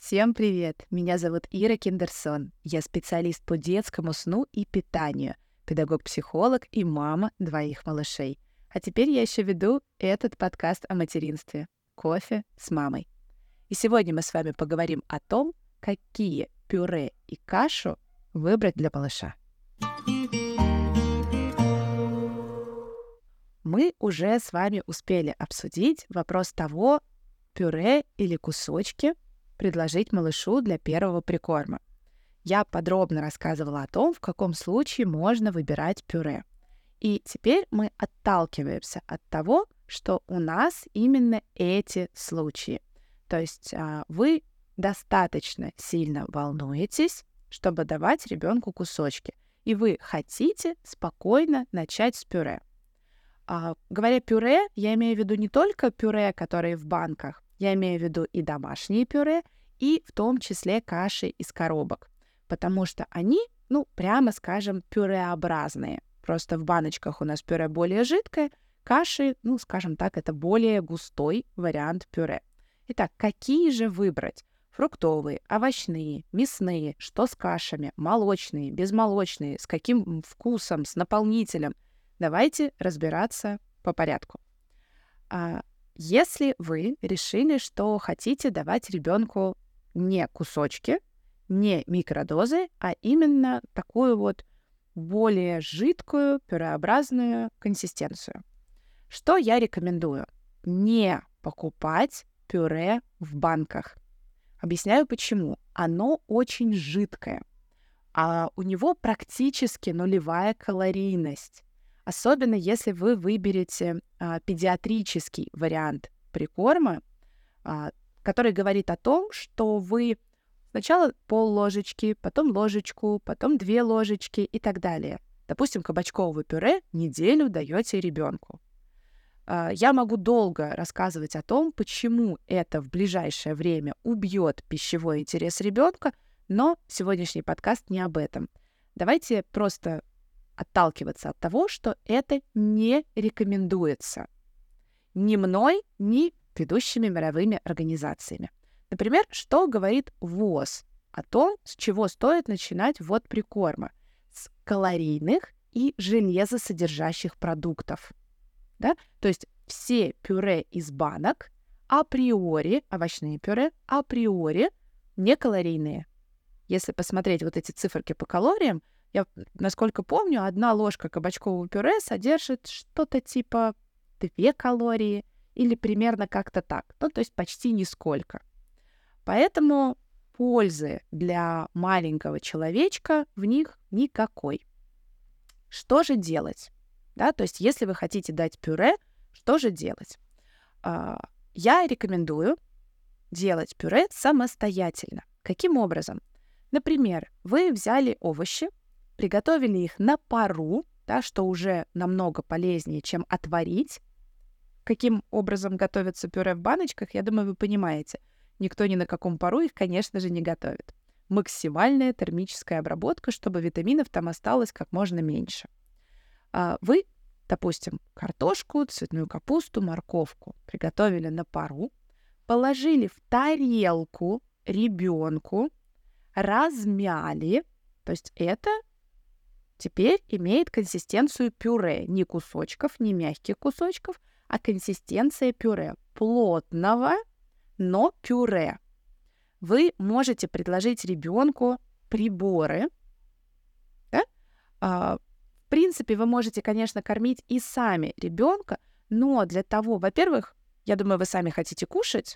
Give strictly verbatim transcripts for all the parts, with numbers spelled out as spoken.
Всем привет! Меня зовут Ира Киндерсон. Я специалист по детскому сну и питанию, педагог-психолог и мама двоих малышей. А теперь я еще веду этот подкаст о материнстве «Кофе с мамой». И сегодня мы с вами поговорим о том, какие пюре и кашу выбрать для малыша. Мы уже с вами успели обсудить вопрос того, пюре или кусочки предложить малышу для первого прикорма. Я подробно рассказывала о том, в каком случае можно выбирать пюре. И теперь мы отталкиваемся от того, что у нас именно эти случаи. То есть а, вы достаточно сильно волнуетесь, чтобы давать ребенку кусочки, и вы хотите спокойно начать с пюре. А, говоря пюре, я имею в виду не только пюре, которые в банках, я имею в виду и домашние пюре, и в том числе каши из коробок, потому что они, ну, прямо скажем, пюреобразные. Просто в баночках у нас пюре более жидкое, каши, ну, скажем так, это более густой вариант пюре. Итак, какие же выбрать? Фруктовые, овощные, мясные, что с кашами, молочные, безмолочные, с каким вкусом, с наполнителем? Давайте разбираться по порядку. А, если вы решили, что хотите давать ребенку не кусочки, не микродозы, а именно такую вот более жидкую, пюреобразную консистенцию, что я рекомендую? Не покупать пюре в банках. Объясняю почему. Оно очень жидкое, а у него практически нулевая калорийность. Особенно если вы выберете а, педиатрический вариант прикорма, а, который говорит о том, что вы сначала пол-ложечки, потом ложечку, потом две ложечки и так далее. Допустим, кабачковое пюре неделю даете ребенку. А, я могу долго рассказывать о том, почему это в ближайшее время убьет пищевой интерес ребенка, но сегодняшний подкаст не об этом. Давайте просто отталкиваться от того, что это не рекомендуется ни мной, ни ведущими мировыми организациями. Например, что говорит ВОЗ о том, с чего стоит начинать ввод прикорма? С калорийных и железосодержащих продуктов. Да? То есть все пюре из банок априори, овощные пюре, априори не калорийные. Если посмотреть вот эти циферки по калориям, я, насколько помню, одна ложка кабачкового пюре содержит что-то типа две калории или примерно как-то так. Ну, то есть почти нисколько. Поэтому пользы для маленького человечка в них никакой. Что же делать? Да, то есть если вы хотите дать пюре, что же делать? А, я рекомендую делать пюре самостоятельно. Каким образом? Например, вы взяли овощи, приготовили их на пару, да, что уже намного полезнее, чем отварить. Каким образом готовится пюре в баночках, я думаю, вы понимаете. Никто ни на каком пару их, конечно же, не готовит. Максимальная термическая обработка, чтобы витаминов там осталось как можно меньше. А вы, допустим, картошку, цветную капусту, морковку приготовили на пару, положили в тарелку ребенку, размяли, то есть это теперь имеет консистенцию пюре, не кусочков, не мягких кусочков, а консистенция пюре, плотного, но пюре. Вы можете предложить ребенку приборы. Да? А, в принципе, вы можете, конечно, кормить и сами ребенка, но для того, во-первых, я думаю, вы сами хотите кушать,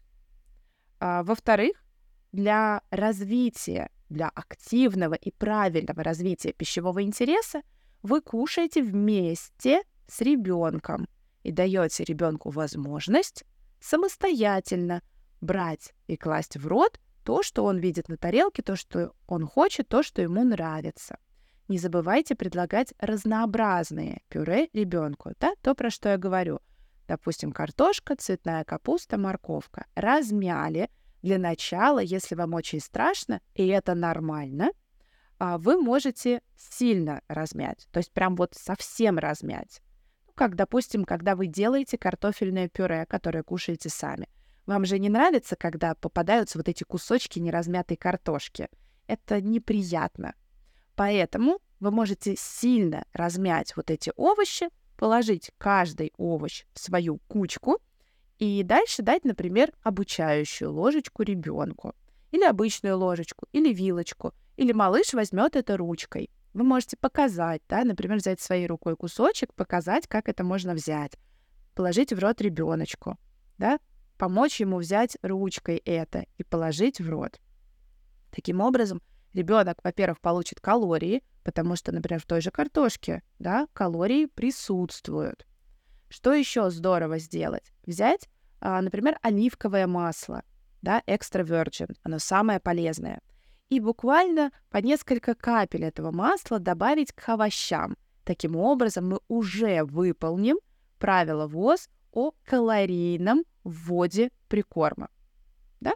а, во-вторых, для развития, для активного и правильного развития пищевого интереса вы кушаете вместе с ребенком и даете ребенку возможность самостоятельно брать и класть в рот то, что он видит на тарелке, то, что он хочет, то, что ему нравится. Не забывайте предлагать разнообразные пюре ребенку, да, то, про что я говорю. Допустим, картошка, цветная капуста, морковка. Размяли. Для начала, если вам очень страшно, и это нормально, вы можете сильно размять, то есть прям вот совсем размять. Ну, как, допустим, когда вы делаете картофельное пюре, которое кушаете сами. Вам же не нравится, когда попадаются вот эти кусочки неразмятой картошки? Это неприятно. Поэтому вы можете сильно размять вот эти овощи, положить каждый овощ в свою кучку и дальше дать, например, обучающую ложечку ребенку, или обычную ложечку, или вилочку, или малыш возьмет это ручкой. Вы можете показать, да, например, взять своей рукой кусочек, показать, как это можно взять, положить в рот ребеночку, да, помочь ему взять ручкой это и положить в рот. Таким образом, ребенок, во-первых, получит калории, потому что, например, в той же картошке, да, калории присутствуют. Что еще здорово сделать? Взять, а, например, оливковое масло, да, extra virgin, оно самое полезное, и буквально по несколько капель этого масла добавить к овощам. Таким образом, мы уже выполним правило ВОЗ о калорийном вводе прикорма. Да?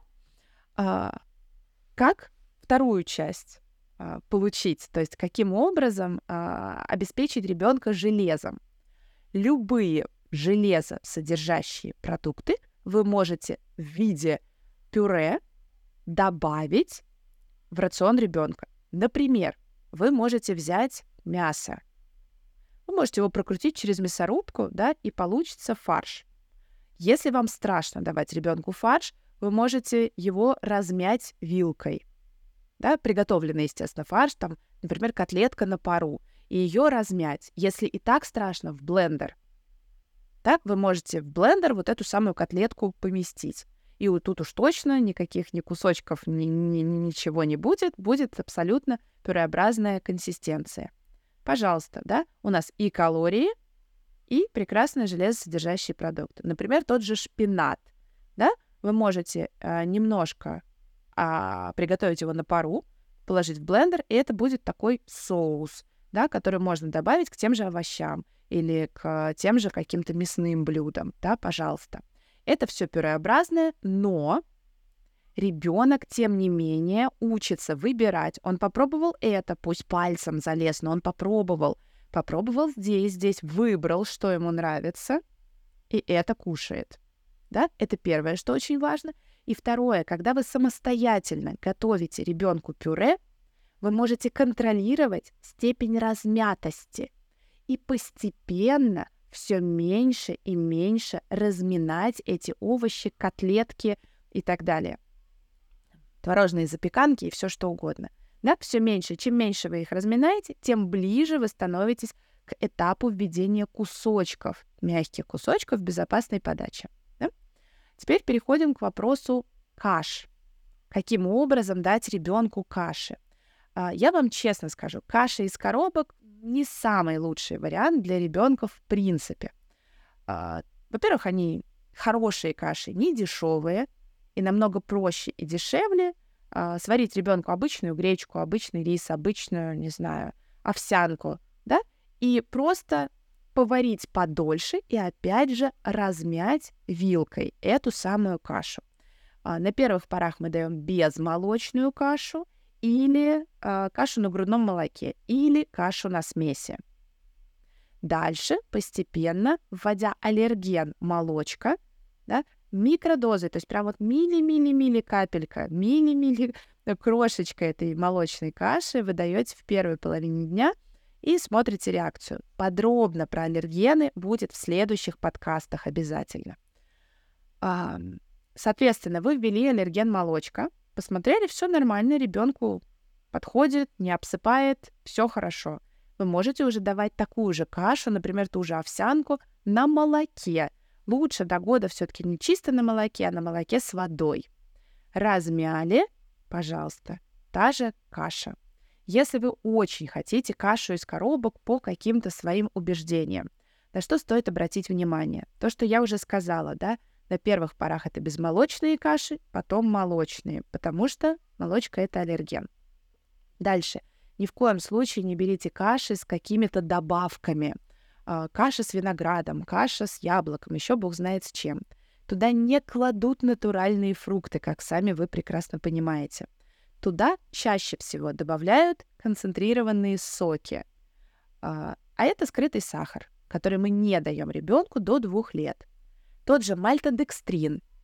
А, как вторую часть а, получить, то есть каким образом а, обеспечить ребенка железом? Любые железосодержащие продукты вы можете в виде пюре добавить в рацион ребенка. Например, вы можете взять мясо. Вы можете его прокрутить через мясорубку, да, и получится фарш. Если вам страшно давать ребенку фарш, вы можете его размять вилкой. Да, приготовленный, естественно, фарш, там, например, котлетка на пару, и ее размять. Если и так страшно, в блендер. Да, вы можете в блендер вот эту самую котлетку поместить. И вот тут уж точно никаких ни кусочков, ни, ни, ни ничего не будет. Будет абсолютно пюреобразная консистенция. Пожалуйста, да, у нас и калории, и прекрасные железосодержащие продукты. Например, тот же шпинат. Да? Вы можете э, немножко э, приготовить его на пару, положить в блендер, и это будет такой соус, да, который можно добавить к тем же овощам или к тем же каким-то мясным блюдам. Да, пожалуйста. Это все пюреобразное, но ребенок, тем не менее, учится выбирать. Он попробовал это, пусть пальцем залез, но он попробовал. Попробовал здесь, здесь, выбрал, что ему нравится, и это кушает. Да? Это первое, что очень важно. И второе, когда вы самостоятельно готовите ребенку пюре, вы можете контролировать степень размятости и постепенно все меньше и меньше разминать эти овощи, котлетки и так далее. Творожные запеканки и все что угодно. Да, все меньше. Чем меньше вы их разминаете, тем ближе вы становитесь к этапу введения кусочков, мягких кусочков безопасной подачи. Да? Теперь переходим к вопросу каш. Каким образом дать ребенку каши? Я вам честно скажу, каши из коробок не самый лучший вариант для ребенка в принципе. Во-первых, они хорошие каши, не дешевые, и намного проще и дешевле а, сварить ребенку обычную гречку, обычный рис, обычную, не знаю, овсянку, да, и просто поварить подольше и опять же размять вилкой эту самую кашу. А, на первых порах мы даем безмолочную кашу или а, кашу на грудном молоке, или кашу на смеси. Дальше постепенно, вводя аллерген молочка, да, микродозы, то есть прям вот мили-мили-мили капелька, мили-мили крошечка этой молочной каши вы даете в первой половине дня и смотрите реакцию. Подробно про аллергены будет в следующих подкастах обязательно. А, соответственно, вы ввели аллерген молочка, посмотрели, все нормально, ребенку подходит, не обсыпает, все хорошо. Вы можете уже давать такую же кашу, например, ту же овсянку на молоке. Лучше до года все-таки не чисто на молоке, а на молоке с водой. Размяли, пожалуйста, та же каша. Если вы очень хотите кашу из коробок по каким-то своим убеждениям, на что стоит обратить внимание? То, что я уже сказала, да, на первых порах это безмолочные каши, потом молочные, потому что молочка — это аллерген. Дальше. Ни в коем случае не берите каши с какими-то добавками. Каша с виноградом, каша с яблоком, еще бог знает с чем. Туда не кладут натуральные фрукты, как сами вы прекрасно понимаете. Туда чаще всего добавляют концентрированные соки. А это скрытый сахар, который мы не даем ребенку до двух лет. Тот же мальтодекстрин.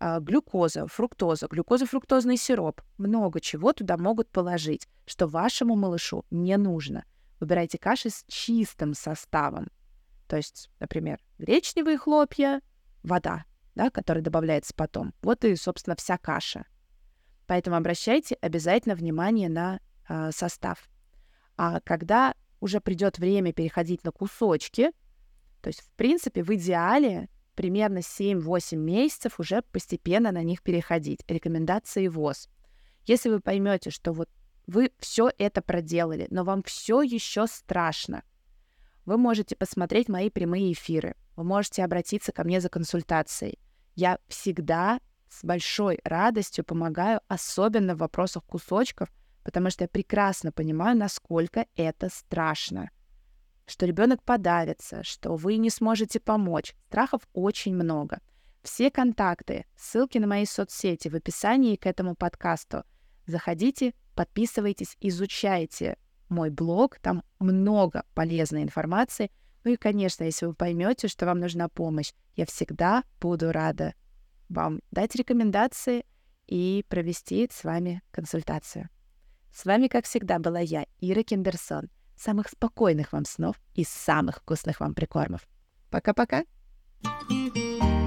а, глюкоза, фруктоза, глюкоза-фруктозный сироп. Много чего туда могут положить, что вашему малышу не нужно. Выбирайте каши с чистым составом. То есть, например, гречневые хлопья, вода, да, которая добавляется потом. Вот и, собственно, вся каша. Поэтому обращайте обязательно внимание на э, состав. А когда уже придет время переходить на кусочки, то есть, в принципе, в идеале примерно семь-восемь месяцев уже постепенно на них переходить. Рекомендации ВОЗ. Если вы поймете, что вот вы все это проделали, но вам все еще страшно, вы можете посмотреть мои прямые эфиры. Вы можете обратиться ко мне за консультацией. Я всегда с большой радостью помогаю, особенно в вопросах кусочков, потому что я прекрасно понимаю, насколько это страшно. Что ребенок подавится, что вы не сможете помочь. Страхов очень много. Все контакты, ссылки на мои соцсети в описании к этому подкасту. Заходите, подписывайтесь, изучайте мой блог, там много полезной информации. Ну и, конечно, если вы поймете, что вам нужна помощь, я всегда буду рада вам дать рекомендации и провести с вами консультацию. С вами, как всегда, была я, Ира Киндерсон. Самых спокойных вам снов и самых вкусных вам прикормов. Пока-пока!